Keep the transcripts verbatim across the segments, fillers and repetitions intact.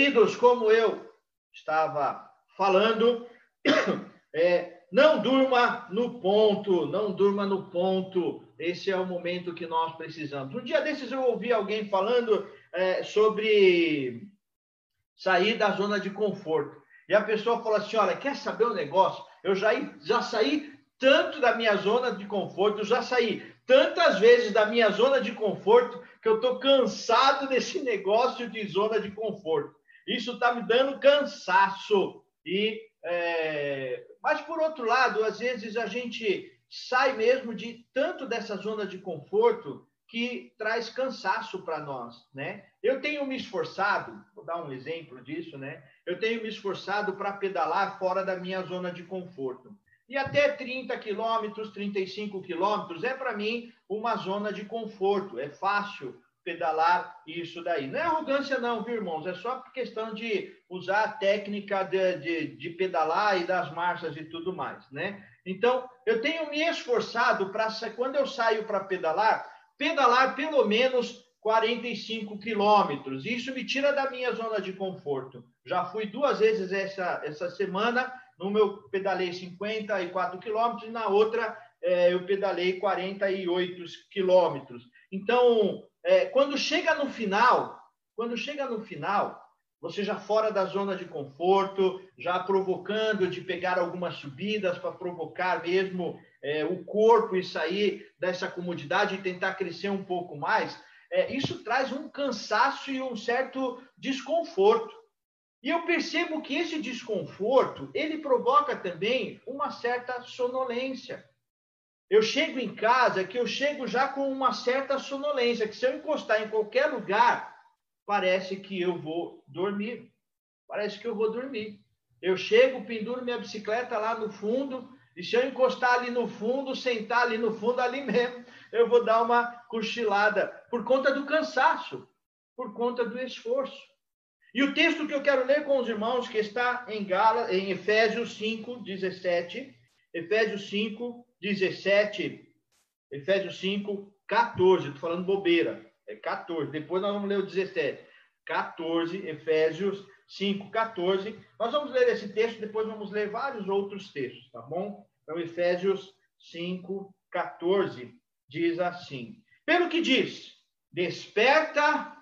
queridos, como eu estava falando, é, não durma no ponto, não durma no ponto. Esse é o momento que nós precisamos. Um dia desses eu ouvi alguém falando é, sobre sair da zona de conforto. E a pessoa falou assim, olha, quer saber um negócio? Eu já, já saí tanto da minha zona de conforto, eu já saí tantas vezes da minha zona de conforto, que eu estou cansado desse negócio de zona de conforto. Isso está me dando cansaço. E, é... Mas, por outro lado, às vezes a gente sai mesmo de tanto dessa zona de conforto que traz cansaço para nós, né? Eu tenho me esforçado, vou dar um exemplo disso, né? Eu tenho me esforçado para pedalar fora da minha zona de conforto. E até trinta quilômetros, trinta e cinco quilômetros é para mim uma zona de conforto. É fácil pedalar isso daí. Não é arrogância não, viu, irmãos? É só por questão de usar a técnica de, de, de pedalar e das marchas e tudo mais, né? Então, eu tenho me esforçado para, quando eu saio para pedalar, pedalar pelo menos quarenta e cinco quilômetros. Isso me tira da minha zona de conforto. Já fui duas vezes essa, essa semana. No meu pedalei cinquenta e quatro quilômetros e na outra é, eu pedalei quarenta e oito quilômetros. Então, é, quando chega no final, quando chega no final, você já fora da zona de conforto, já provocando de pegar algumas subidas para provocar mesmo é, o corpo e sair dessa comodidade e tentar crescer um pouco mais, é, isso traz um cansaço e um certo desconforto. E eu percebo que esse desconforto, ele provoca também uma certa sonolência. Eu chego em casa, que eu chego já com uma certa sonolência, que se eu encostar em qualquer lugar, parece que eu vou dormir. Parece que eu vou dormir. Eu chego, penduro minha bicicleta lá no fundo, e se eu encostar ali no fundo, sentar ali no fundo, ali mesmo, eu vou dar uma cochilada, por conta do cansaço, por conta do esforço. E o texto que eu quero ler com os irmãos, que está em, Gala, em Efésios cinco, dezessete, Efésios cinco, dezessete, Efésios cinco, quatorze, estou falando bobeira, é quatorze, depois nós vamos ler o dezessete, quatorze, Efésios cinco, quatorze, nós vamos ler esse texto, depois vamos ler vários outros textos, tá bom? Então, Efésios cinco, quatorze, diz assim, pelo que diz, desperta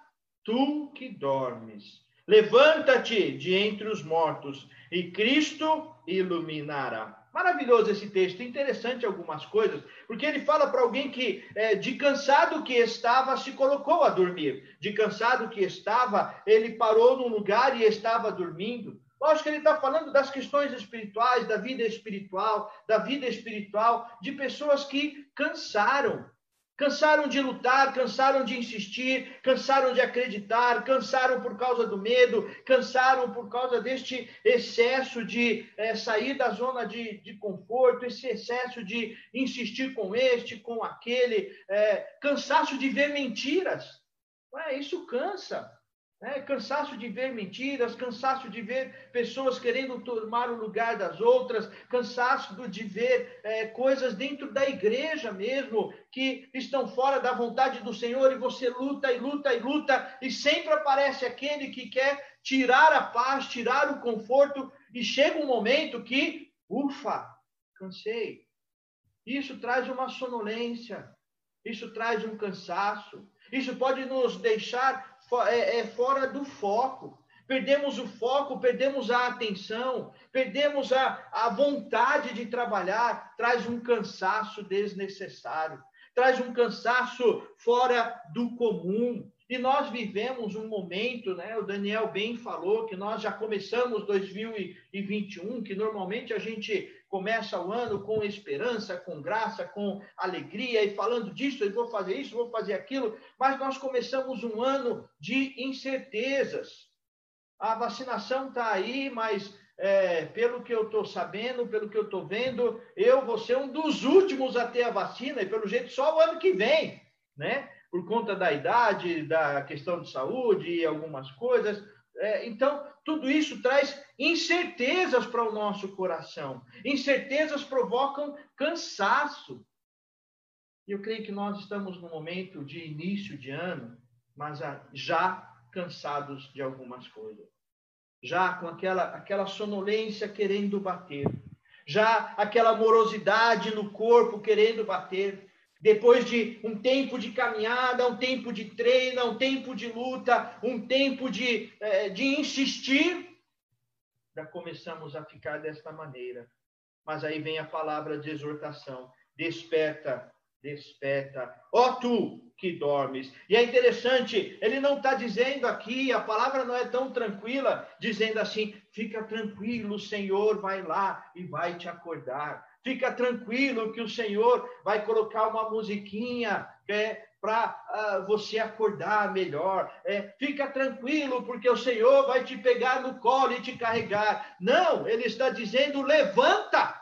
tu que dormes, levanta-te de entre os mortos, e Cristo iluminará. Maravilhoso esse texto, interessante algumas coisas, porque ele fala para alguém que, é, de cansado que estava, se colocou a dormir. De cansado que estava, ele parou num lugar e estava dormindo. Lógico que ele está falando das questões espirituais, da vida espiritual, da vida espiritual, de pessoas que cansaram. Cansaram de lutar, cansaram de insistir, cansaram de acreditar, cansaram por causa do medo, cansaram por causa deste excesso de é, sair da zona de, de conforto, esse excesso de insistir com este, com aquele, é, cansaço de ver mentiras. Ué, isso cansa. É, cansaço de ver mentiras, cansaço de ver pessoas querendo tomar o lugar das outras, cansaço de ver é, coisas dentro da igreja mesmo, que estão fora da vontade do Senhor, e você luta e luta e luta, e sempre aparece aquele que quer tirar a paz, tirar o conforto, e chega um momento que, ufa, cansei. Isso traz uma sonolência, isso traz um cansaço, isso pode nos deixar é, é, fora do foco. Perdemos o foco, perdemos a atenção, perdemos a, a vontade de trabalhar, traz um cansaço desnecessário, traz um cansaço fora do comum. E nós vivemos um momento, né? O Daniel bem falou que nós já começamos dois mil e vinte e um, que normalmente a gente começa o ano com esperança, com graça, com alegria, e falando disso, eu vou fazer isso, vou fazer aquilo, mas nós começamos um ano de incertezas. A vacinação está aí, mas é, pelo que eu estou sabendo, pelo que eu estou vendo, eu vou ser um dos últimos a ter a vacina, e pelo jeito só o ano que vem, né? Por conta da idade, da questão de saúde e algumas coisas. É, então, tudo isso traz incertezas para o nosso coração. Incertezas provocam cansaço. E eu creio que nós estamos no momento de início de ano, mas já cansados de algumas coisas. já com aquela, aquela sonolência querendo bater, já aquela morosidade no corpo querendo bater, depois de um tempo de caminhada, um tempo de treino, um tempo de luta, um tempo de, de insistir, já começamos a ficar desta maneira. Mas aí vem a palavra de exortação: desperta, desperta, ó tu que dormes. E é interessante, ele não está dizendo aqui, a palavra não é tão tranquila, dizendo assim: fica tranquilo, o Senhor vai lá e vai te acordar. Fica tranquilo que o Senhor vai colocar uma musiquinha é, para uh, você acordar melhor. É, fica tranquilo porque o Senhor vai te pegar no colo e te carregar. Não, ele está dizendo: levanta,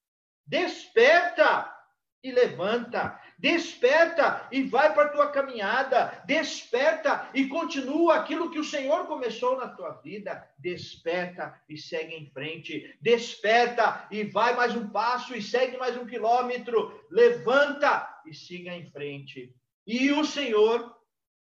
desperta e levanta. Desperta e vai para a tua caminhada. Desperta e continua aquilo que o Senhor começou na tua vida. Desperta e segue em frente. Desperta e vai mais um passo e segue mais um quilômetro. Levanta e siga em frente. E o Senhor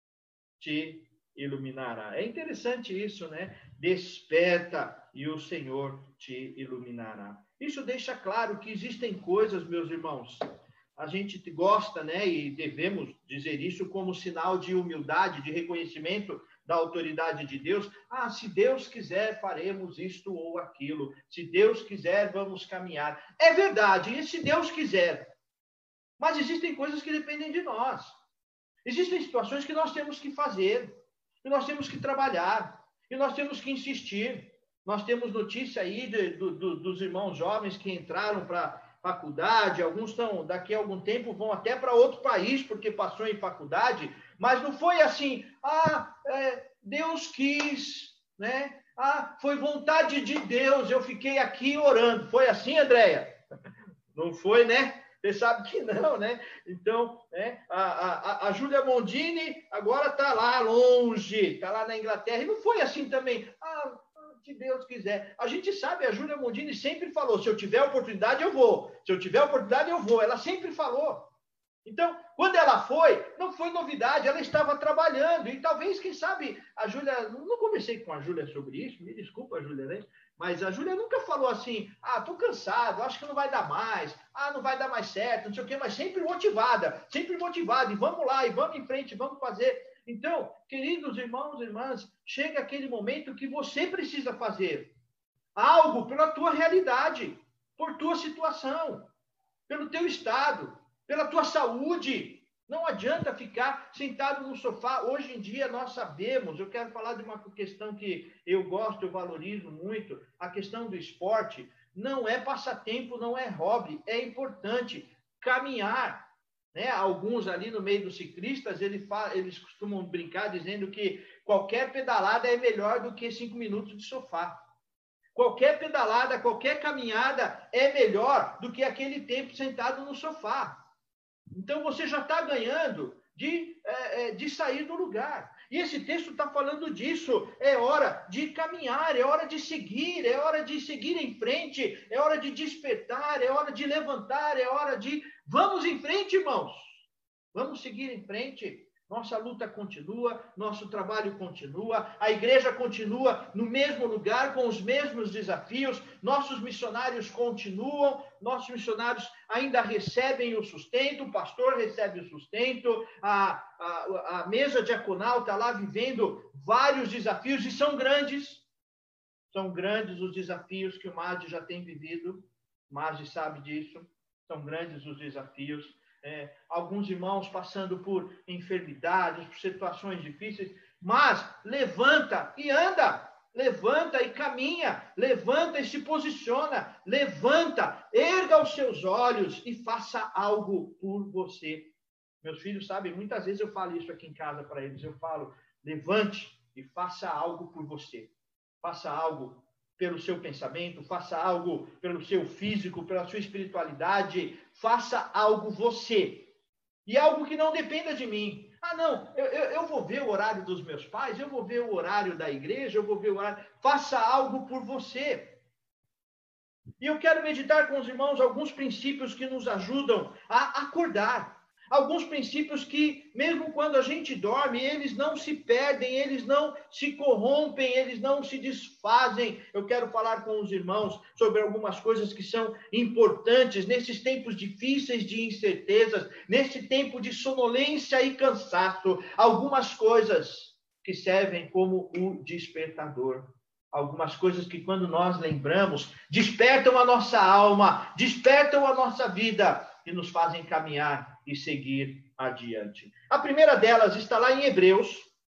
te iluminará. É interessante isso, né? Desperta e o Senhor te iluminará. Isso deixa claro que existem coisas, meus irmãos, a gente gosta, né, e devemos dizer isso como sinal de humildade, de reconhecimento da autoridade de Deus. Ah, se Deus quiser, faremos isto ou aquilo. Se Deus quiser, vamos caminhar. É verdade, e se Deus quiser. Mas existem coisas que dependem de nós. Existem situações que nós temos que fazer, que nós temos que trabalhar, que nós temos que insistir. Nós temos notícia aí de, do, do, dos irmãos jovens que entraram para faculdade, alguns estão, daqui a algum tempo, vão até para outro país, porque passou em faculdade, mas não foi assim: ah, é, Deus quis, né? Ah, foi vontade de Deus, eu fiquei aqui orando. Foi assim, Andréia? Não foi, né? Você sabe que não, né? Então, né, a, a, a Júlia Mondini agora está lá longe, está lá na Inglaterra, e não foi assim também. Ah, se Deus quiser. A gente sabe, a Júlia Mondini sempre falou: se eu tiver oportunidade, eu vou. Se eu tiver oportunidade, eu vou. Ela sempre falou. Então, quando ela foi, não foi novidade, ela estava trabalhando. E talvez, quem sabe, a Júlia... Não conversei com a Júlia sobre isso, me desculpa, Júlia, né? Mas a Júlia nunca falou assim: ah, estou cansado, acho que não vai dar mais, ah, não vai dar mais certo, não sei o quê, mas sempre motivada, sempre motivada, e vamos lá, e vamos em frente, vamos fazer. Então, queridos irmãos e irmãs, chega aquele momento que você precisa fazer algo pela tua realidade, por tua situação, pelo teu estado, pela tua saúde. Não adianta ficar sentado no sofá. Hoje em dia nós sabemos, eu quero falar de uma questão que eu gosto, eu valorizo muito, a questão do esporte. Não é passatempo, não é hobby, é importante caminhar. Né? Alguns ali no meio dos ciclistas, eles, falam, eles costumam brincar dizendo que qualquer pedalada é melhor do que cinco minutos de sofá. Qualquer pedalada, qualquer caminhada é melhor do que aquele tempo sentado no sofá. Então, você já está ganhando de, é, de sair do lugar. E esse texto está falando disso. É hora de caminhar, é hora de seguir, é hora de seguir em frente, é hora de despertar, é hora de levantar, é hora de... Vamos em frente, irmãos. Vamos seguir em frente. Nossa luta continua, nosso trabalho continua, a igreja continua no mesmo lugar, com os mesmos desafios, nossos missionários continuam, nossos missionários ainda recebem o sustento, o pastor recebe o sustento, a, a, a mesa diaconal está lá vivendo vários desafios, e são grandes, são grandes os desafios que o Madi já tem vivido, o Madi sabe disso, são grandes os desafios. É, alguns irmãos passando por enfermidades, por situações difíceis, mas levanta e anda, levanta e caminha, levanta e se posiciona, levanta, erga os seus olhos e faça algo por você. Meus filhos sabem, muitas vezes eu falo isso aqui em casa para eles, eu falo: levante e faça algo por você, faça algo pelo seu pensamento, faça algo pelo seu físico, pela sua espiritualidade, faça algo você. E algo que não dependa de mim. Ah, não, eu, eu, eu vou ver o horário dos meus pais, eu vou ver o horário da igreja, eu vou ver o horário... Faça algo por você. E eu quero meditar com os irmãos alguns princípios que nos ajudam a acordar, Alguns princípios que, mesmo quando a gente dorme, eles não se perdem, eles não se corrompem, eles não se desfazem. Eu quero falar com os irmãos sobre algumas coisas que são importantes nesses tempos difíceis de incertezas, nesse tempo de sonolência e cansaço. Algumas coisas que servem como o despertador. Algumas coisas que, quando nós lembramos, despertam a nossa alma, despertam a nossa vida e nos fazem caminhar e seguir adiante. A primeira delas está lá em Hebreus,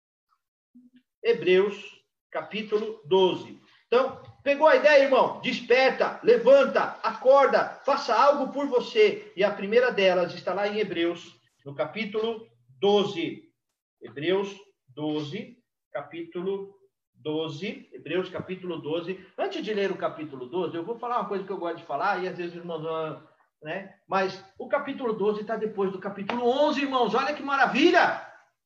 Hebreus, capítulo doze. Então, pegou a ideia, irmão? Desperta, levanta, acorda, faça algo por você. E a primeira delas está lá em Hebreus, no capítulo doze. Hebreus doze, capítulo doze, Hebreus capítulo doze. Antes de ler o capítulo doze, eu vou falar uma coisa que eu gosto de falar, e às vezes os irmãos vão, né? Mas o capítulo doze está depois do capítulo onze, irmãos. Olha que maravilha!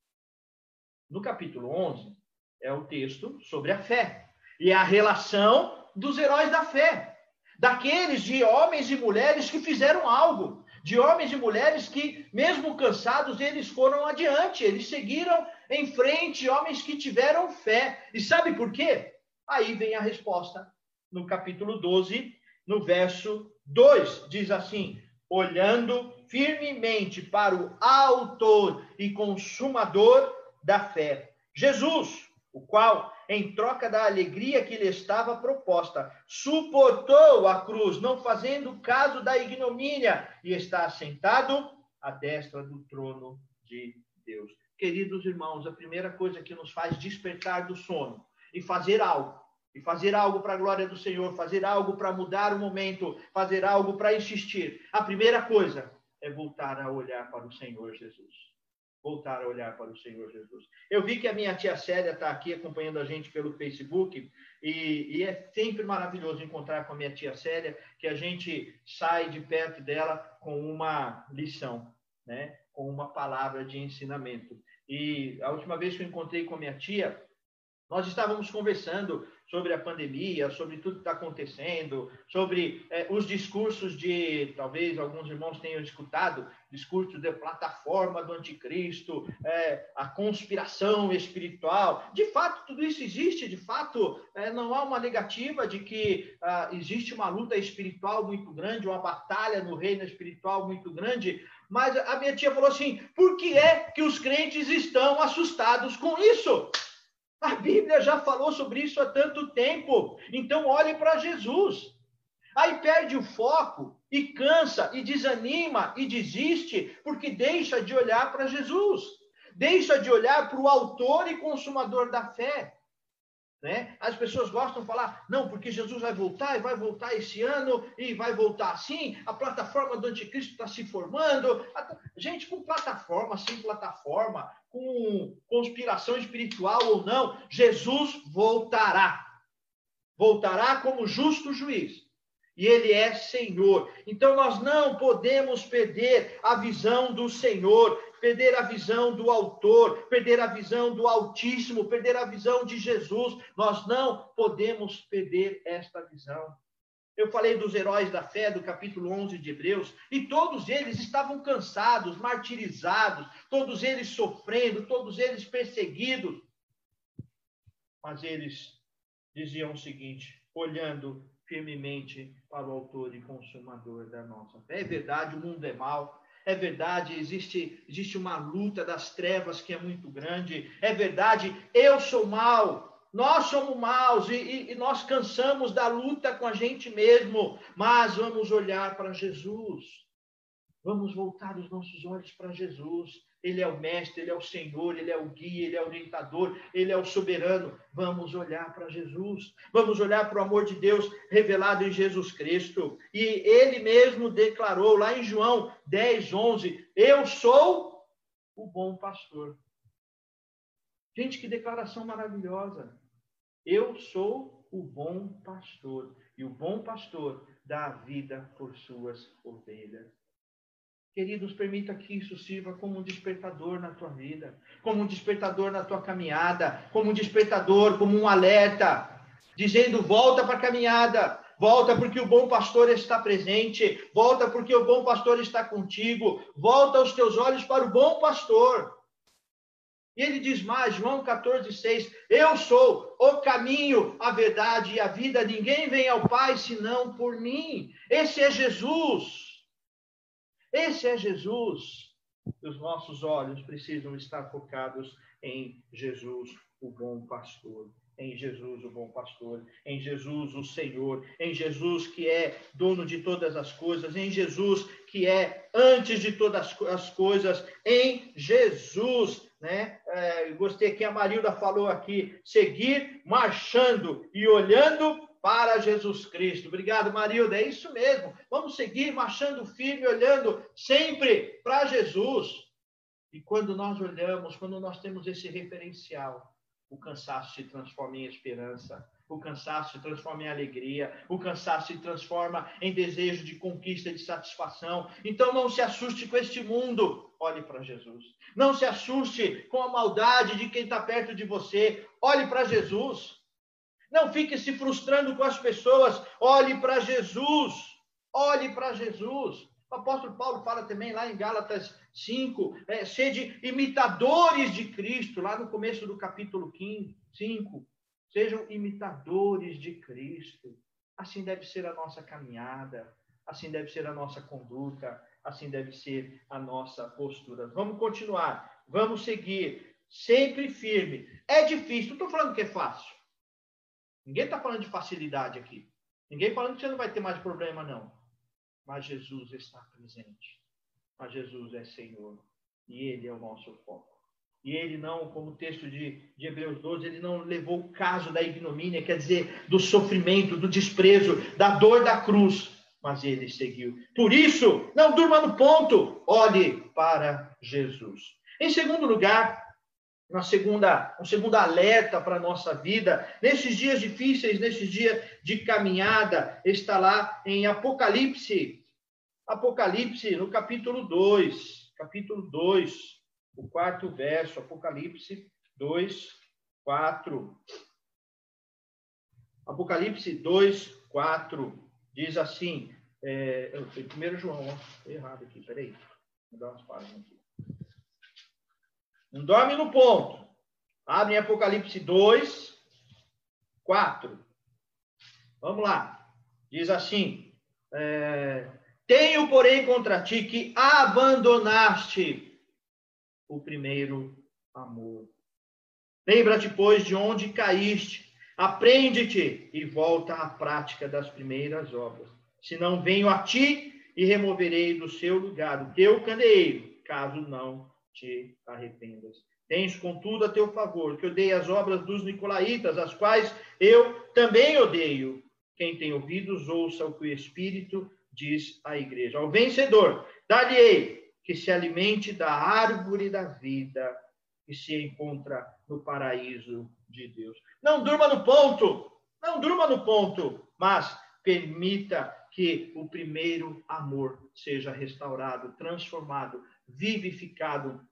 No capítulo onze é o texto sobre a fé. E é a relação dos heróis da fé. Daqueles de homens e mulheres que fizeram algo. De homens e mulheres que, mesmo cansados, eles foram adiante. Eles seguiram em frente, homens que tiveram fé. E sabe por quê? Aí vem a resposta. No capítulo doze, no verso dois, diz assim: olhando firmemente para o autor e consumador da fé, Jesus, o qual, em troca da alegria que lhe estava proposta, suportou a cruz, não fazendo caso da ignomínia, e está assentado à destra do trono de Deus. Queridos irmãos, a primeira coisa que nos faz despertar do sono e fazer algo, e fazer algo para a glória do Senhor, fazer algo para mudar o momento, fazer algo para insistir, a primeira coisa é voltar a olhar para o Senhor Jesus. Voltar a olhar para o Senhor Jesus. Eu vi que a minha tia Célia está aqui acompanhando a gente pelo Facebook, e, e é sempre maravilhoso encontrar com a minha tia Célia, que a gente sai de perto dela com uma lição, né? Com uma palavra de ensinamento. E a última vez que eu encontrei com a minha tia, nós estávamos conversando sobre a pandemia, sobre tudo que está acontecendo, sobre eh, os discursos de, talvez alguns irmãos tenham escutado, discursos de plataforma do anticristo, eh, a conspiração espiritual. De fato, tudo isso existe, de fato, eh, não há uma negativa de que ah, existe uma luta espiritual muito grande, uma batalha no reino espiritual muito grande, mas a minha tia falou assim: por que é que os crentes estão assustados com isso? A Bíblia já falou sobre isso há tanto tempo. Então, olhe para Jesus. Aí perde o foco e cansa e desanima e desiste porque deixa de olhar para Jesus. Deixa de olhar para o autor e consumador da fé. Né? As pessoas gostam de falar: não, porque Jesus vai voltar e vai voltar esse ano e vai voltar assim, a plataforma do anticristo está se formando. Gente, com plataforma, sem plataforma, com conspiração espiritual ou não, Jesus voltará. Voltará como justo juiz. E ele é Senhor. Então nós não podemos perder a visão do Senhor, perder a visão do autor, perder a visão do Altíssimo, perder a visão de Jesus. Nós não podemos perder esta visão. Eu falei dos heróis da fé, do capítulo onze de Hebreus, e todos eles estavam cansados, martirizados, todos eles sofrendo, todos eles perseguidos. Mas eles diziam o seguinte, olhando firmemente para o autor e consumador da nossa fé. É verdade, o mundo é mau. É verdade, existe, existe uma luta das trevas que é muito grande. É verdade, eu sou mau. Nós somos maus e, e, e nós cansamos da luta com a gente mesmo. Mas vamos olhar para Jesus. Vamos voltar os nossos olhos para Jesus. Ele é o mestre, ele é o Senhor, ele é o guia, ele é o orientador, ele é o soberano. Vamos olhar para Jesus. Vamos olhar para o amor de Deus revelado em Jesus Cristo. E ele mesmo declarou lá em João dez, onze, eu sou o bom pastor. Gente, que declaração maravilhosa. Eu sou o bom pastor. E o bom pastor dá a vida por suas ovelhas. Queridos, permita que isso sirva como um despertador na tua vida, como um despertador na tua caminhada, como um despertador, como um alerta, dizendo, volta para a caminhada, volta porque o bom pastor está presente, volta porque o bom pastor está contigo, volta os teus olhos para o bom pastor. E ele diz mais, João quatorze, seis, eu sou o caminho, a verdade e a vida, ninguém vem ao Pai senão por mim. Esse é Jesus. Esse é Jesus. Os nossos olhos precisam estar focados em Jesus, o bom pastor. Em Jesus, o bom pastor. Em Jesus, o Senhor. Em Jesus, que é dono de todas as coisas. Em Jesus, que é antes de todas as coisas. Em Jesus, né? É, gostei que a Marilda falou aqui. Seguir marchando e olhando para Jesus Cristo. Obrigado, Marilda. É isso mesmo. Vamos seguir marchando firme, olhando sempre para Jesus. E quando nós olhamos, quando nós temos esse referencial, o cansaço se transforma em esperança, o cansaço se transforma em alegria, o cansaço se transforma em desejo de conquista, de satisfação. Então não se assuste com este mundo, olhe para Jesus. Não se assuste com a maldade de quem está perto de você, olhe para Jesus. Não fique se frustrando com as pessoas, olhe para Jesus, olhe para Jesus. O apóstolo Paulo fala também lá em Gálatas cinco, é, sede imitadores de Cristo, lá no começo do capítulo cinco, sejam imitadores de Cristo. Assim deve ser a nossa caminhada, assim deve ser a nossa conduta, assim deve ser a nossa postura. Vamos continuar, vamos seguir, sempre firme. É difícil, não estou falando que é fácil. Ninguém está falando de facilidade aqui. Ninguém falando que você não vai ter mais problema, não. Mas Jesus está presente. Mas Jesus é Senhor. E Ele é o nosso foco. E Ele não, como o texto de, de Hebreus doze, Ele não levou o caso da ignomínia, quer dizer, do sofrimento, do desprezo, da dor da cruz. Mas Ele seguiu. Por isso, não durma no ponto. Olhe para Jesus. Em segundo lugar, uma segunda, um segundo alerta para a nossa vida, nesses dias difíceis, nesses dias de caminhada, está lá em Apocalipse, Apocalipse no capítulo dois, capítulo dois, o quarto verso, Apocalipse dois, quatro. Apocalipse dois, quatro, diz assim, é, primeiro João, ó, errado aqui, peraí, vou dar umas páginas aqui. Não dorme no ponto. Abre em Apocalipse dois, quatro. Vamos lá. Diz assim, é, tenho, porém, contra ti que abandonaste o primeiro amor. Lembra-te, pois, de onde caíste. Aprende-te e volta à prática das primeiras obras. Senão venho a ti e removerei do seu lugar o teu candeeiro, caso não te arrependas. Tens, contudo, a teu favor, que odeie as obras dos nicolaítas, as quais eu também odeio. Quem tem ouvidos, ouça o que o Espírito diz à igreja. Ao vencedor, dar-lhe-ei que se alimente da árvore da vida que se encontra no paraíso de Deus. Não durma no ponto, não durma no ponto, mas permita que o primeiro amor seja restaurado, transformado, vivificado.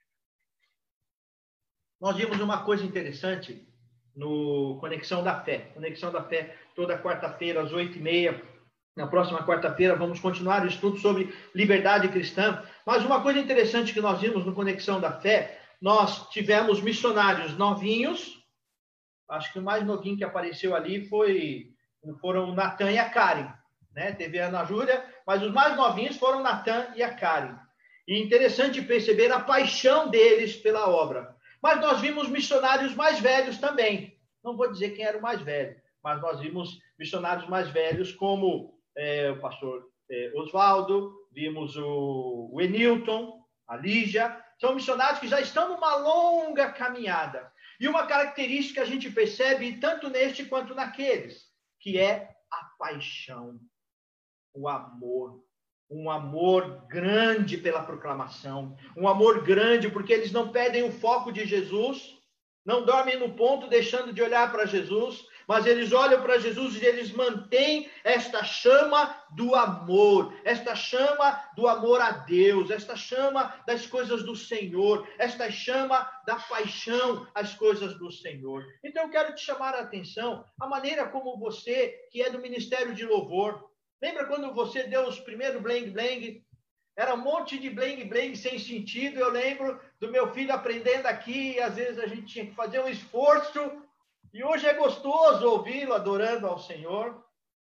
Nós vimos uma coisa interessante no Conexão da Fé. Conexão da Fé, toda quarta-feira, às oito e meia. Na próxima quarta-feira, vamos continuar o estudo sobre liberdade cristã. Mas uma coisa interessante que nós vimos no Conexão da Fé, nós tivemos missionários novinhos. Acho que o mais novinho que apareceu ali foi, foram o Natan e a Karen. Né? Teve a Ana Júlia, mas os mais novinhos foram o Natan e a Karen. E interessante perceber a paixão deles pela obra. Mas nós vimos missionários mais velhos também. Não vou dizer quem era o mais velho, mas nós vimos missionários mais velhos como é, o pastor é, Oswaldo, vimos o, o Enilton, a Lígia. São missionários que já estão numa longa caminhada. E uma característica que a gente percebe tanto neste quanto naqueles, que é a paixão, o amor. Um amor grande pela proclamação, um amor grande porque eles não perdem o foco de Jesus, não dormem no ponto deixando de olhar para Jesus, mas eles olham para Jesus e eles mantêm esta chama do amor, esta chama do amor a Deus, esta chama das coisas do Senhor, esta chama da paixão às coisas do Senhor. Então eu quero te chamar a atenção, a maneira como você, que é do Ministério de Louvor, lembra quando você deu os primeiros bling-bling? Era um monte de bling-bling sem sentido. Eu lembro do meu filho aprendendo aqui, e às vezes a gente tinha que fazer um esforço, e hoje é gostoso ouvi-lo adorando ao Senhor.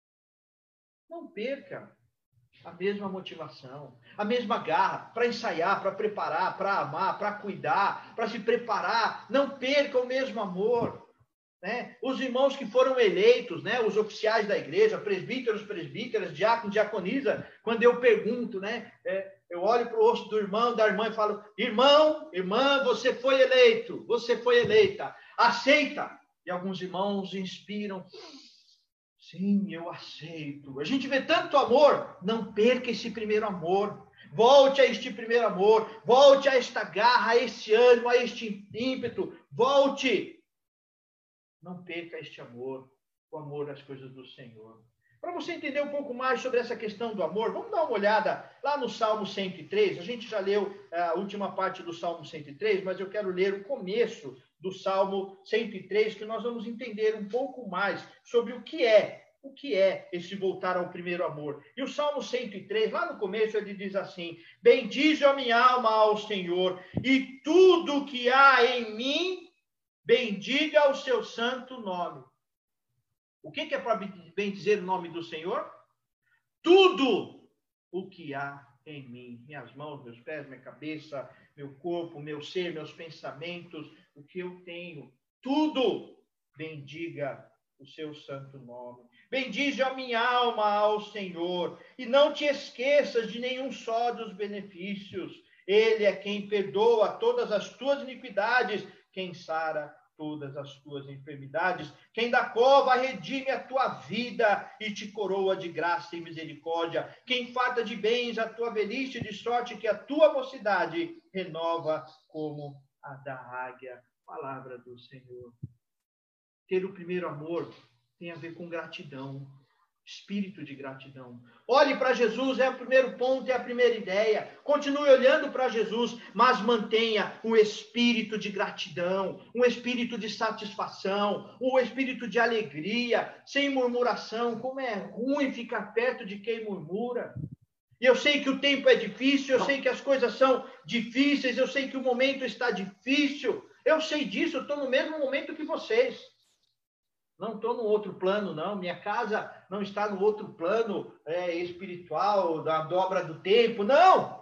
Não perca a mesma motivação, a mesma garra para ensaiar, para preparar, para amar, para cuidar, para se preparar. Não perca o mesmo amor. Né? Os irmãos que foram eleitos, né? Os oficiais da igreja, presbíteros, presbíteras, diácono, diaconisa, quando eu pergunto, né? É, eu olho para o rosto do irmão, da irmã e falo, irmão, irmã, você foi eleito, você foi eleita, aceita. E alguns irmãos inspiram, sim, eu aceito. A gente vê tanto amor, não perca esse primeiro amor. Volte a este primeiro amor, volte a esta garra, a este ânimo, a este ímpeto, volte. Não perca este amor, o amor às coisas do Senhor. Para você entender um pouco mais sobre essa questão do amor, vamos dar uma olhada lá no Salmo cento e três. A gente já leu a última parte do Salmo cento e três, mas eu quero ler o começo do Salmo cento e três, que nós vamos entender um pouco mais sobre o que é, o que é esse voltar ao primeiro amor. E o Salmo cento e três, lá no começo, ele diz assim, bendize a minha alma ao Senhor, e tudo que há em mim, bendiga o seu santo nome. O que é para bendizer o nome do Senhor? Tudo o que há em mim. Minhas mãos, meus pés, minha cabeça, meu corpo, meu ser, meus pensamentos, o que eu tenho. Tudo bendiga o seu santo nome. Bendize a minha alma ao Senhor. E não te esqueças de nenhum só dos benefícios. Ele é quem perdoa todas as tuas iniquidades, quem sara todas as tuas enfermidades, quem da cova redime a tua vida e te coroa de graça e misericórdia, quem farta de bens a tua velhice, de sorte que a tua mocidade renova como a da águia. Palavra do Senhor. Ter o primeiro amor tem a ver com gratidão, espírito de gratidão. Olhe para Jesus, é o primeiro ponto, é a primeira ideia. Continue olhando para Jesus, mas mantenha um espírito de gratidão, um espírito de satisfação, um espírito de alegria, sem murmuração. Como é ruim ficar perto de quem murmura. E eu sei que o tempo é difícil, eu sei que as coisas são difíceis, eu sei que o momento está difícil. Eu sei disso, eu estou no mesmo momento que vocês. Não estou no outro plano, não. Minha casa não está no outro plano é, espiritual, da dobra do tempo, não!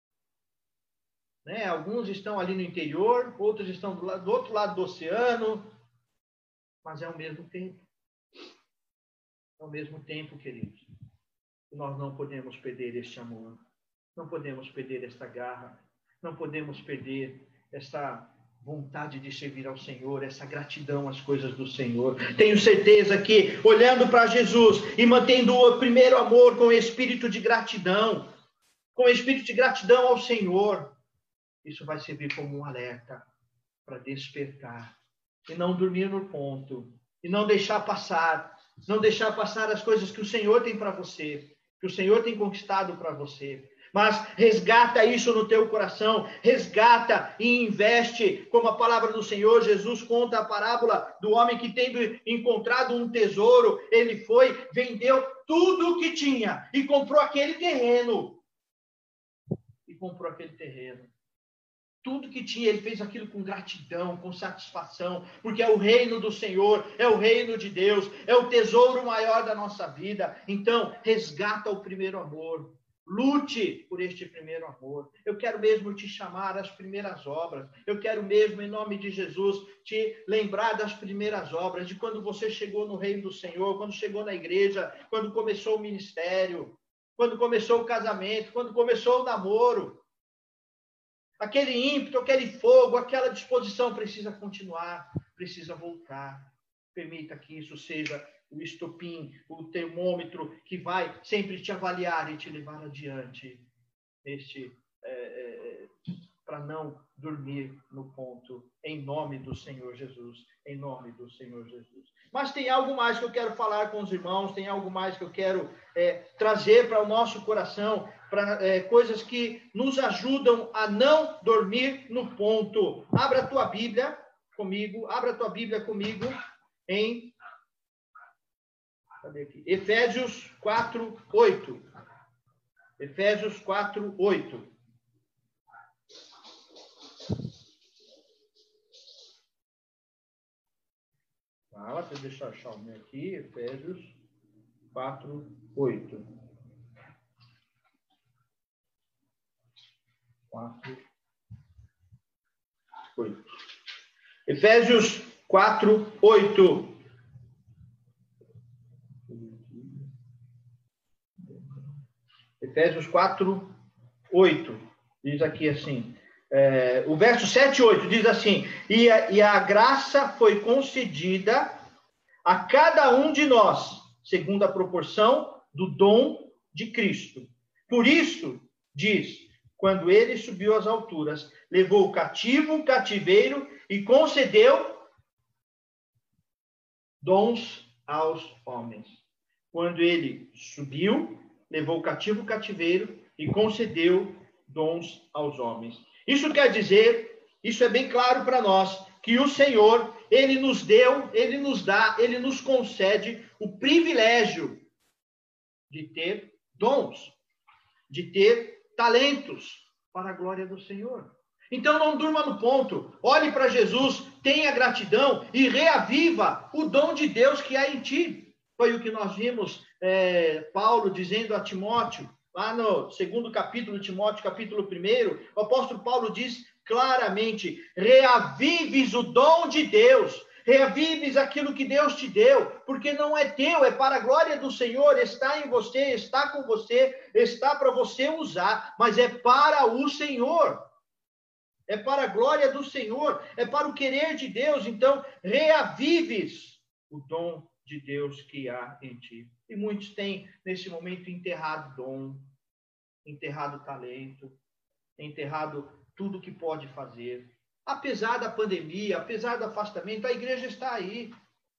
Né? Alguns estão ali no interior, outros estão do, lado, do outro lado do oceano, mas é o mesmo tempo. É o mesmo tempo, queridos. E nós não podemos perder este amor. Não podemos perder esta garra. Não podemos perder esta vontade de servir ao Senhor, essa gratidão às coisas do Senhor. Tenho certeza que, olhando para Jesus e mantendo o primeiro amor com espírito de gratidão, com espírito de gratidão ao Senhor, isso vai servir como um alerta para despertar e não dormir no ponto, e não deixar passar, não deixar passar as coisas que o Senhor tem para você, que o Senhor tem conquistado para você. Mas resgata isso no teu coração, resgata e investe, como a palavra do Senhor. Jesus conta a parábola do homem que, tendo encontrado um tesouro, ele foi, vendeu tudo o que tinha e comprou aquele terreno. E comprou aquele terreno. Tudo que tinha, ele fez aquilo com gratidão, com satisfação, porque é o reino do Senhor, é o reino de Deus, é o tesouro maior da nossa vida. Então, resgata o primeiro amor. Lute por este primeiro amor. Eu quero mesmo te chamar às primeiras obras. Eu quero mesmo, em nome de Jesus, te lembrar das primeiras obras, de quando você chegou no reino do Senhor, quando chegou na igreja, quando começou o ministério, quando começou o casamento, quando começou o namoro. Aquele ímpeto, aquele fogo, aquela disposição precisa continuar, precisa voltar. Permita que isso seja o estopim, o termômetro que vai sempre te avaliar e te levar adiante, este, é, é, para não dormir no ponto, em nome do Senhor Jesus, em nome do Senhor Jesus. Mas tem algo mais que eu quero falar com os irmãos, tem algo mais que eu quero é, trazer para o nosso coração, para é, coisas que nos ajudam a não dormir no ponto. Abra a tua Bíblia comigo, abra a tua Bíblia comigo em cadê aqui? Efésios quatro, oito. Efésios quatro, oito. Fala, deixa eu achar o meu aqui, Efésios quatro, oito. quatro, oito. Efésios quatro, oito. Efésios quatro, oito. Diz aqui assim, é, o verso sete e oito diz assim, e a, e a graça foi concedida a cada um de nós, segundo a proporção do dom de Cristo. Por isso, diz, quando ele subiu às alturas, levou o cativo o cativeiro e concedeu dons aos homens. Quando ele subiu, levou o cativo o cativeiro e concedeu dons aos homens. Isso quer dizer, isso é bem claro para nós, que o Senhor, ele nos deu, ele nos dá, ele nos concede o privilégio de ter dons, de ter talentos para a glória do Senhor. Então não durma no ponto, olhe para Jesus, tenha gratidão e reaviva o dom de Deus que há em ti. Foi o que nós vimos é, Paulo dizendo a Timóteo, lá no segundo capítulo de Timóteo, capítulo primeiro, o apóstolo Paulo diz claramente, reavives o dom de Deus, reavives aquilo que Deus te deu, porque não é teu, é para a glória do Senhor, está em você, está com você, está para você usar, mas é para o Senhor, é para a glória do Senhor, é para o querer de Deus, então reavives o dom de Deus que há em ti. E muitos têm, nesse momento, enterrado dom, enterrado talento, enterrado tudo que pode fazer. Apesar da pandemia, apesar do afastamento, a igreja está aí.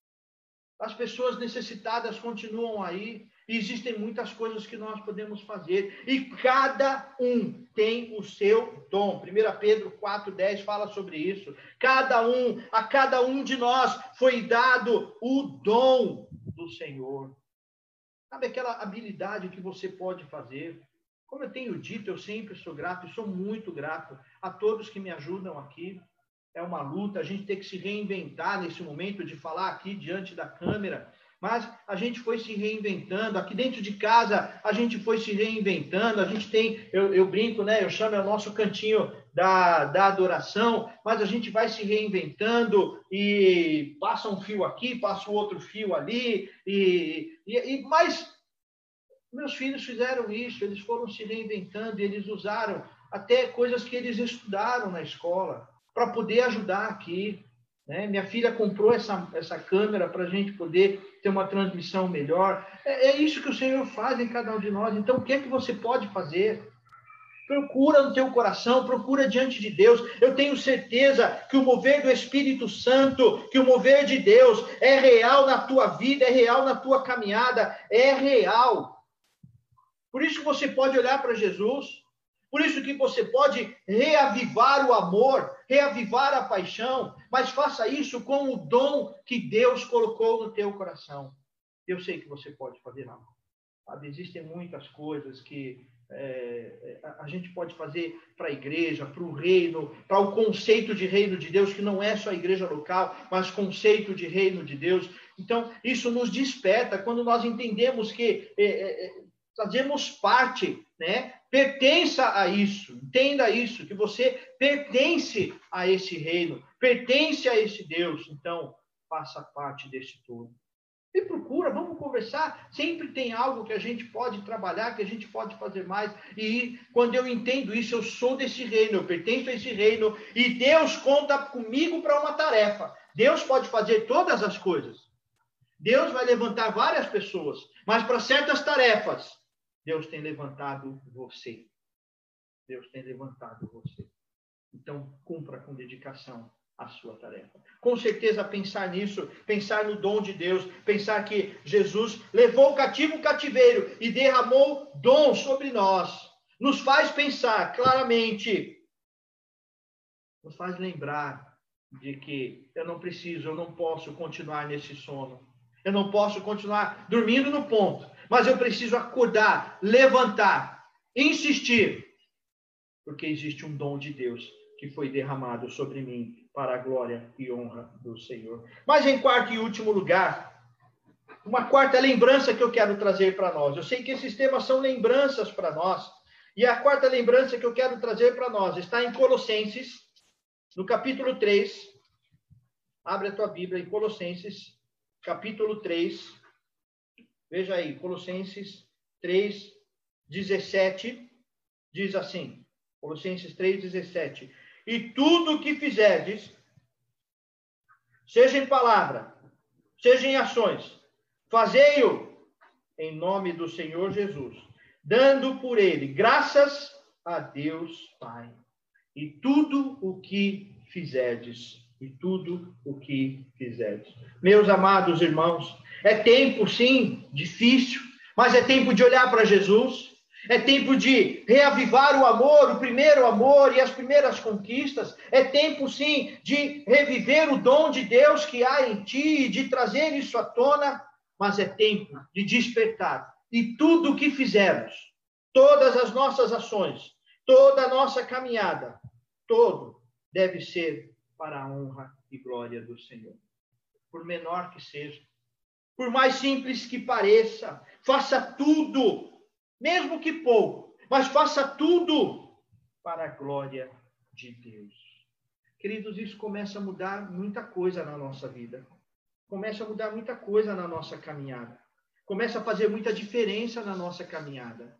As pessoas necessitadas continuam aí. E existem muitas coisas que nós podemos fazer. E cada um tem o seu dom. primeira Pedro quatro, dez fala sobre isso. Cada um, a cada um de nós foi dado o dom do Senhor. Sabe aquela habilidade que você pode fazer? Como eu tenho dito, eu sempre sou grato e sou muito grato a todos que me ajudam aqui. É uma luta, a gente tem que se reinventar nesse momento de falar aqui diante da câmera, mas a gente foi se reinventando. Aqui dentro de casa, a gente foi se reinventando. A gente tem, eu, eu brinco, né? Eu chamo é o nosso cantinho da, da adoração, mas a gente vai se reinventando e passa um fio aqui, passa o outro fio ali, e, e, e mas meus filhos fizeram isso, eles foram se reinventando e eles usaram até coisas que eles estudaram na escola para poder ajudar aqui. Né? Minha filha comprou essa, essa câmera para a gente poder ter uma transmissão melhor. É, é isso que o Senhor faz em cada um de nós. Então, o que é que você pode fazer? Procura no teu coração, procura diante de Deus. Eu tenho certeza que o mover do Espírito Santo, que o mover de Deus é real na tua vida, é real na tua caminhada, é real. Por isso que você pode olhar para Jesus, por isso que você pode reavivar o amor, reavivar a paixão, mas faça isso com o dom que Deus colocou no teu coração. Eu sei que você pode fazer algo. Sabe? Existem muitas coisas que é, a gente pode fazer para a igreja, para o reino, para o conceito de reino de Deus, que não é só a igreja local, mas conceito de reino de Deus. Então, isso nos desperta quando nós entendemos que é, é, fazemos parte, né? Pertença a isso, entenda isso, que você pertence a esse reino, pertence a esse Deus, então faça parte desse todo. E procura, vamos conversar, sempre tem algo que a gente pode trabalhar, que a gente pode fazer mais, e quando eu entendo isso, eu sou desse reino, eu pertenço a esse reino, e Deus conta comigo para uma tarefa. Deus pode fazer todas as coisas, Deus vai levantar várias pessoas, mas para certas tarefas, Deus tem levantado você. Deus tem levantado você. Então, cumpra com dedicação a sua tarefa. Com certeza pensar nisso, pensar no dom de Deus, pensar que Jesus levou o cativo o cativeiro e derramou dom sobre nós, nos faz pensar claramente, nos faz lembrar de que eu não preciso, eu não posso continuar nesse sono. Eu não posso continuar dormindo no ponto, mas eu preciso acordar, levantar, insistir, porque existe um dom de Deus que foi derramado sobre mim para a glória e honra do Senhor. Mas em quarto e último lugar, uma quarta lembrança que eu quero trazer para nós. Eu sei que esses temas são lembranças para nós, e a quarta lembrança que eu quero trazer para nós está em Colossenses, no capítulo três. Abre a tua Bíblia em Colossenses, capítulo três. Veja aí, Colossenses três, dezessete, diz assim, Colossenses três, dezessete. E tudo o que fizerdes, seja em palavra, seja em ações, fazei-o em nome do Senhor Jesus, dando por ele graças a Deus Pai. E tudo o que fizerdes, e tudo o que fizerdes. Meus amados irmãos, é tempo, sim, difícil, mas é tempo de olhar para Jesus. É tempo de reavivar o amor, o primeiro amor e as primeiras conquistas. É tempo, sim, de reviver o dom de Deus que há em ti, de trazer isso à tona. Mas é tempo de despertar. E tudo o que fizermos, todas as nossas ações, toda a nossa caminhada, todo deve ser para a honra e glória do Senhor. Por menor que seja, por mais simples que pareça, faça tudo, mesmo que pouco, mas faça tudo para a glória de Deus. Queridos, isso começa a mudar muita coisa na nossa vida. Começa a mudar muita coisa na nossa caminhada. Começa a fazer muita diferença na nossa caminhada.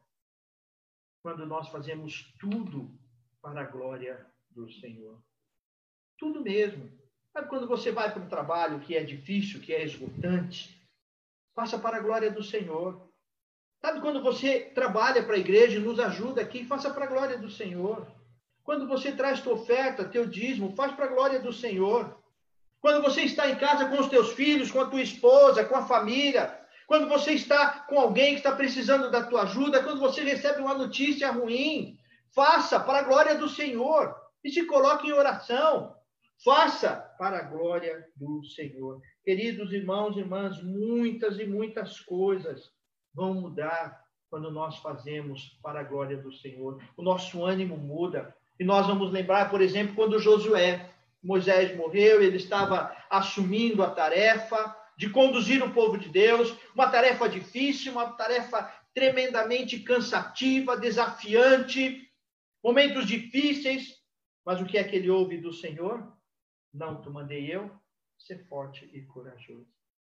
Quando nós fazemos tudo para a glória do Senhor. Tudo mesmo. Sabe quando você vai para um trabalho que é difícil, que é esgotante? Faça para a glória do Senhor. Sabe quando você trabalha para a igreja e nos ajuda aqui, faça para a glória do Senhor. Quando você traz tua oferta, teu dízimo, faz para a glória do Senhor. Quando você está em casa com os teus filhos, com a tua esposa, com a família, quando você está com alguém que está precisando da tua ajuda, quando você recebe uma notícia ruim, faça para a glória do Senhor. E se coloque em oração. Faça para a glória do Senhor. Queridos irmãos e irmãs, muitas e muitas coisas vão mudar quando nós fazemos para a glória do Senhor. O nosso ânimo muda. E nós vamos lembrar, por exemplo, quando Josué, Moisés morreu, ele estava assumindo a tarefa de conduzir o povo de Deus, uma tarefa difícil, uma tarefa tremendamente cansativa, desafiante, momentos difíceis, mas o que é que ele ouve do Senhor? Não te mandei eu, ser forte e corajoso.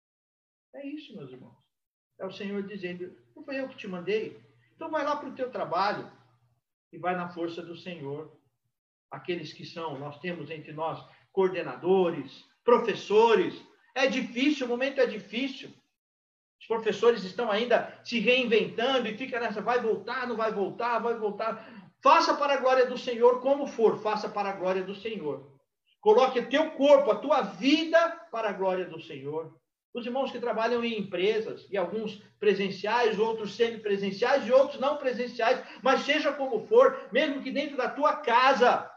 É isso, meus irmãos. É o Senhor dizendo, não foi eu que te mandei? Então vai lá para o teu trabalho e vai na força do Senhor. Aqueles que são, nós temos entre nós coordenadores, professores. É difícil, o momento é difícil. Os professores estão ainda se reinventando e fica nessa, vai voltar, não vai voltar, vai voltar. Faça para a glória do Senhor como for, faça para a glória do Senhor. Coloque o teu corpo, a tua vida para a glória do Senhor. Os irmãos que trabalham em empresas, e alguns presenciais, outros semipresenciais e outros não presenciais, mas seja como for, mesmo que dentro da tua casa,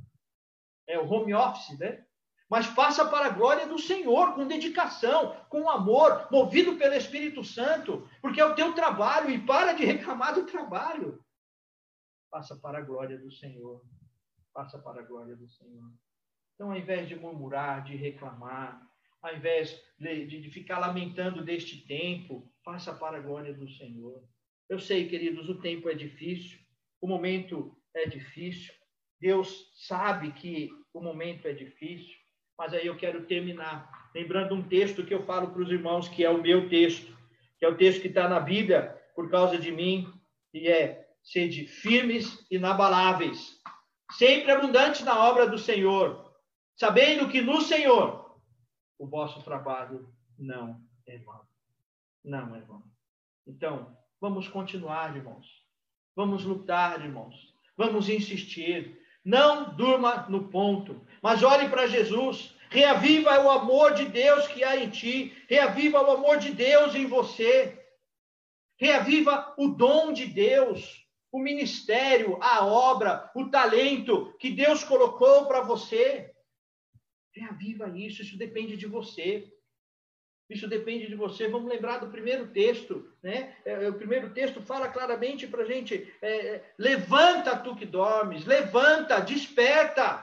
é o home office, né? Mas faça para a glória do Senhor, com dedicação, com amor, movido pelo Espírito Santo, porque é o teu trabalho, e para de reclamar do trabalho. Faça para a glória do Senhor. Faça para a glória do Senhor. Então, ao invés de murmurar, de reclamar, ao invés de, de ficar lamentando deste tempo, faça para a glória do Senhor. Eu sei, queridos, o tempo é difícil, o momento é difícil, Deus sabe que o momento é difícil, mas aí eu quero terminar lembrando um texto que eu falo para os irmãos, que é o meu texto, que é o texto que está na Bíblia por causa de mim, e é: sede firmes e inabaláveis, sempre abundantes na obra do Senhor, sabendo que no Senhor o vosso trabalho não é vão. Não é vão. Então, vamos continuar, irmãos. Vamos lutar, irmãos. Vamos insistir. Não durma no ponto, mas olhe para Jesus. Reaviva o amor de Deus que há em ti. Reaviva o amor de Deus em você. Reaviva o dom de Deus, o ministério, a obra, o talento que Deus colocou para você. Reaviva isso, isso depende de você. Isso depende de você. Vamos lembrar do primeiro texto, né? É, o primeiro texto fala claramente para a gente, é, levanta tu que dormes, levanta, desperta.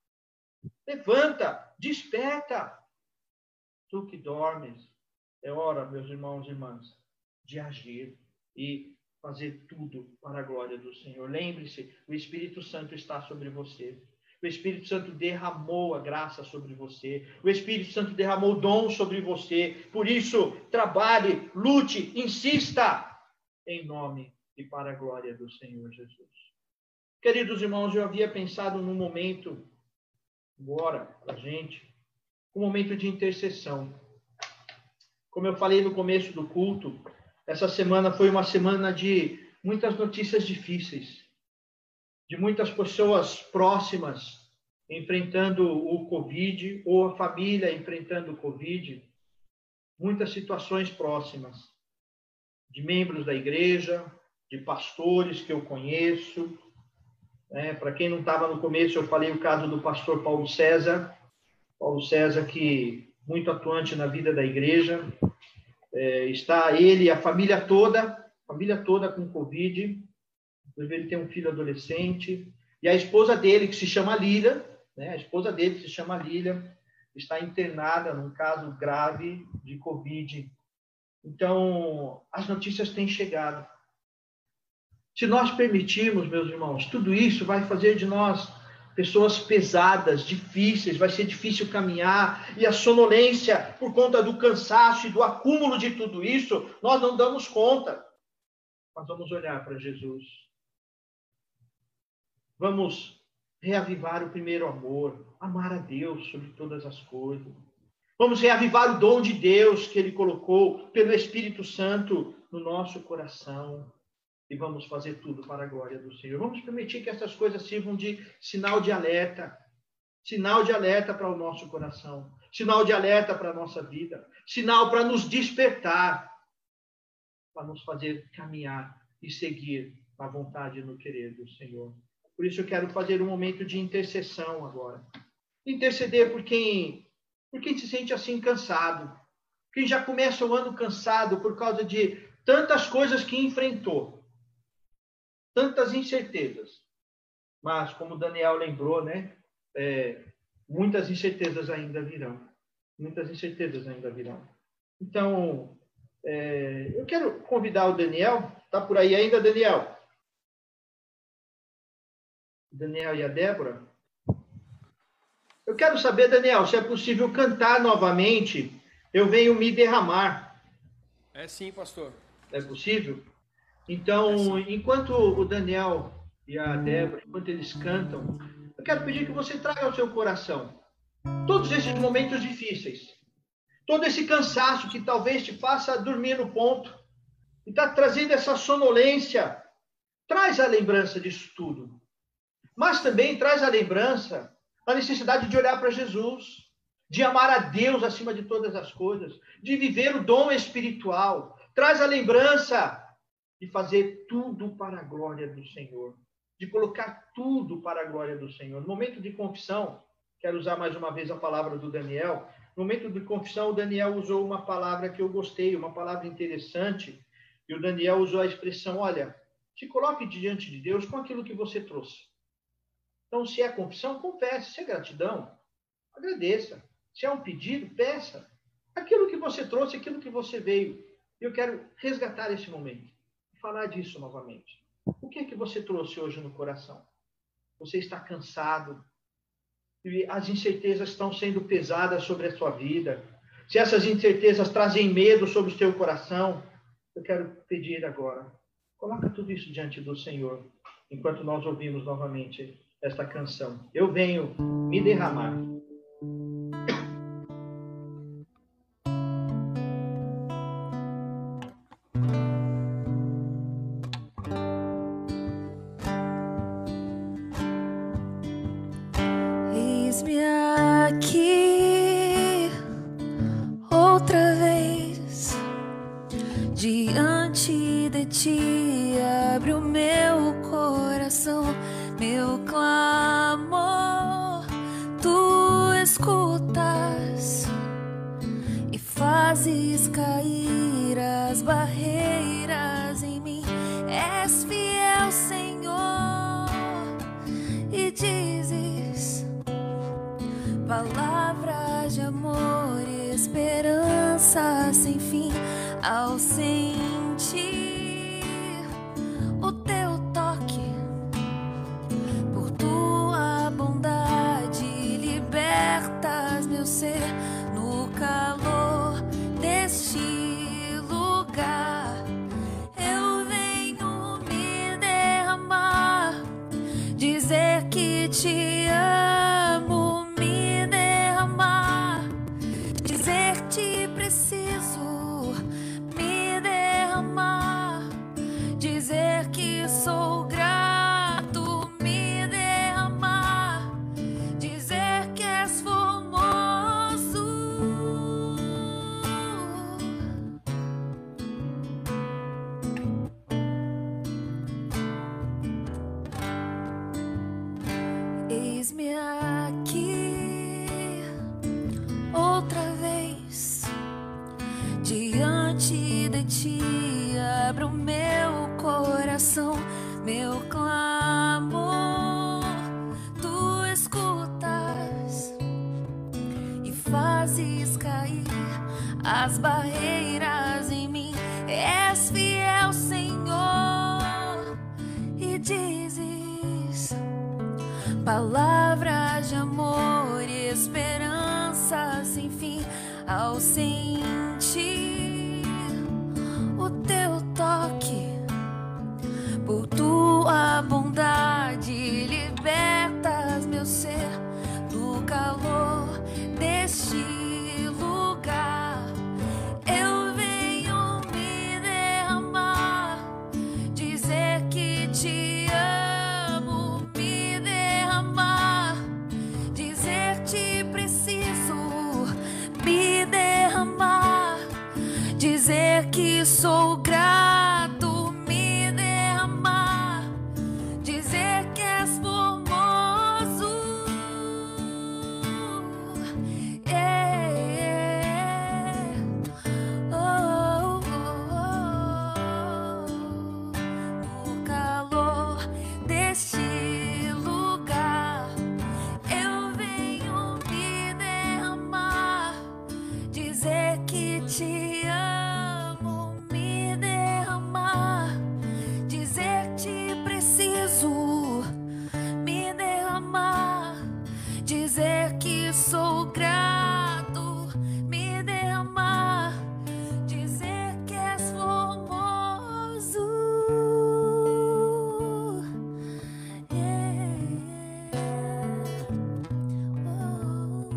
Levanta, desperta. Tu que dormes. É hora, meus irmãos e irmãs, de agir e fazer tudo para a glória do Senhor. Lembre-se, o Espírito Santo está sobre você. O Espírito Santo derramou a graça sobre você. O Espírito Santo derramou o dom sobre você. Por isso, trabalhe, lute, insista, em nome e para a glória do Senhor Jesus. Queridos irmãos, eu havia pensado num momento, agora, para a gente, um momento de intercessão. Como eu falei no começo do culto, essa semana foi uma semana de muitas notícias difíceis, de muitas pessoas próximas enfrentando o Covid, ou a família enfrentando o Covid, muitas situações próximas, de membros da igreja, de pastores que eu conheço. Né? Para quem não estava no começo, eu falei o caso do pastor Paulo César, Paulo César, que muito atuante na vida da igreja, é, está ele e a família toda, família toda com Covid. Inclusive, ele tem um filho adolescente. E a esposa dele, que se chama Lília, né? A esposa dele, que se chama Lília, está internada num caso grave de Covid. Então, as notícias têm chegado. Se nós permitirmos, meus irmãos, tudo isso vai fazer de nós pessoas pesadas, difíceis, vai ser difícil caminhar, e a sonolência, por conta do cansaço e do acúmulo de tudo isso, nós não damos conta. Nós vamos olhar para Jesus. Vamos reavivar o primeiro amor, amar a Deus sobre todas as coisas. Vamos reavivar o dom de Deus que Ele colocou pelo Espírito Santo no nosso coração. E vamos fazer tudo para a glória do Senhor. Vamos permitir que essas coisas sirvam de sinal de alerta. Sinal de alerta para o nosso coração. Sinal de alerta para a nossa vida. Sinal para nos despertar. Para nos fazer caminhar e seguir a vontade e no querer do Senhor. Por isso eu quero fazer um momento de intercessão agora. Interceder por quem, por quem se sente assim cansado. Quem já começa o ano cansado por causa de tantas coisas que enfrentou. Tantas incertezas. Mas, como Daniel lembrou, né? É, muitas incertezas ainda virão. Muitas incertezas ainda virão. Então, é, eu quero convidar o Daniel. Está por aí ainda, Daniel? Daniel e a Débora. Eu quero saber, Daniel, se é possível cantar novamente Eu Venho Me Derramar. É sim, pastor. É possível? Então, é enquanto o Daniel e a Débora, enquanto eles cantam, eu quero pedir que você traga ao seu coração todos esses momentos difíceis, todo esse cansaço que talvez te faça dormir no ponto, e está trazendo essa sonolência. Traz a lembrança disso tudo. Mas também traz a lembrança da necessidade de olhar para Jesus, de amar a Deus acima de todas as coisas, de viver o dom espiritual. Traz a lembrança de fazer tudo para a glória do Senhor, de colocar tudo para a glória do Senhor. No momento de confissão, quero usar mais uma vez a palavra do Daniel. No momento de confissão, o Daniel usou uma palavra que eu gostei, uma palavra interessante, e o Daniel usou a expressão, olha, se coloque diante de Deus com aquilo que você trouxe. Então, se é confissão, confesse. Se é gratidão, agradeça. Se é um pedido, peça. Aquilo que você trouxe, aquilo que você veio. Eu quero resgatar esse momento e falar disso novamente. O que é que você trouxe hoje no coração? Você está cansado? E as incertezas estão sendo pesadas sobre a sua vida? Se essas incertezas trazem medo sobre o seu coração, eu quero pedir agora, coloca tudo isso diante do Senhor, enquanto nós ouvimos novamente esta canção. Eu venho me derramar. ti abre o meu coração, meu clamor tu escutas e fazes cair as barreiras em mim. És fiel, Senhor, e dizes palavras de amor e esperança sem fim. Ao sentir o teu toque, por tua bondade libertas meu ser no calor deste lugar. Eu venho me derramar, dizer que te amo, me derramar, dizer que preciso, me derramar, dizer que sou grato, me derramar, dizer que és formoso. Eis-me aqui outra vez, diante de ti abro o meu coração, meu clamor tu escutas e fazes cair as barreiras em mim. És fiel, Senhor, e dizes palavras de amor e esperança sem fim. Ao sentir o teu toque, por tua bondade libertas meu ser do calor deste lugar. Eu venho me derramar, dizer que te amo, me derramar, dizer te preciso, me derramar, dizer que sou grato, me derramar, dizer que és formoso. Yeah, yeah. Oh, oh, oh. No calor deste lugar, eu venho me derramar, dizer que te amo, me derramar, dizer te preciso, me derramar, dizer que sou grato, me derramar, dizer que és formoso. Yeah, yeah. Oh.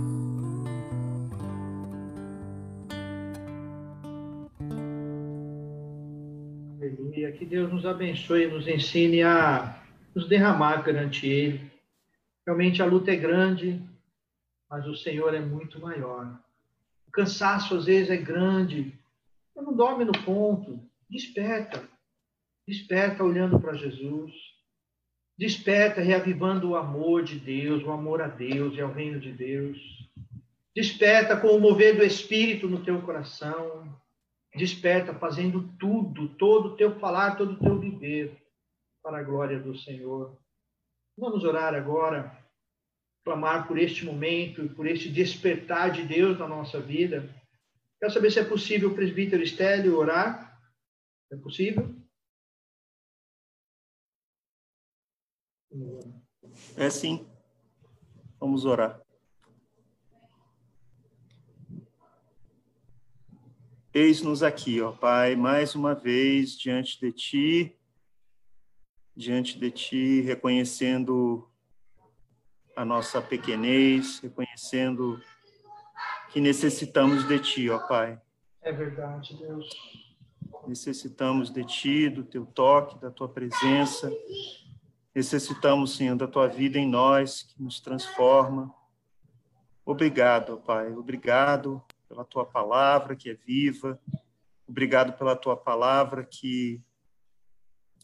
Aleluia. Que Deus nos abençoe e nos ensine a nos derramar perante Ele. Realmente a luta é grande, mas o Senhor é muito maior. O cansaço às vezes é grande. Você não dorme no ponto. Desperta. Desperta olhando para Jesus. Desperta reavivando o amor de Deus, o amor a Deus e ao reino de Deus. Desperta com o mover do Espírito no teu coração. Desperta fazendo tudo, todo o teu falar, todo o teu viver para a glória do Senhor. Vamos orar agora, clamar por este momento, por este despertar de Deus na nossa vida. Quero saber se é possível o presbítero Estélio orar. É possível? É sim. Vamos orar. Eis-nos aqui, ó Pai, mais uma vez diante de Ti, diante de Ti, reconhecendo a nossa pequenez, reconhecendo que necessitamos de Ti, ó Pai. É verdade, Deus. Necessitamos de Ti, do Teu toque, da Tua presença. Necessitamos, Senhor, da Tua vida em nós, que nos transforma. Obrigado, ó Pai. Obrigado pela Tua palavra, que é viva. Obrigado pela Tua palavra, que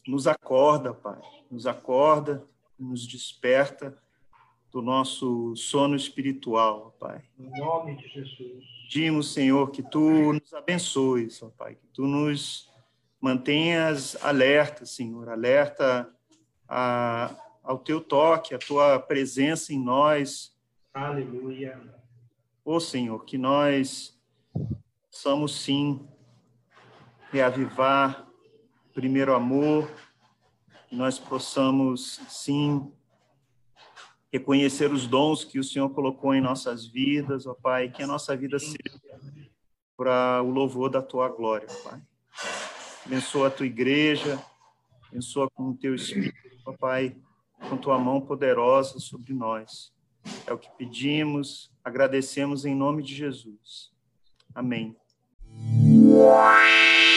nos acorda, Pai, nos acorda, nos desperta do nosso sono espiritual, Pai. Em nome de Jesus. Pedimos, Senhor, que Tu nos abençoes, ó Pai, que Tu nos mantenhas alerta, Senhor, alerta a, ao Teu toque, a Tua presença em nós. Aleluia. Ó Senhor, que nós somos, sim, reavivar o primeiro amor, que nós possamos, sim, reconhecer os dons que o Senhor colocou em nossas vidas, ó Pai, que a nossa vida seja para o louvor da Tua glória, Pai. Abençoa a Tua igreja, abençoa com o Teu Espírito, ó Pai, com Tua mão poderosa sobre nós. É o que pedimos, agradecemos em nome de Jesus. Amém.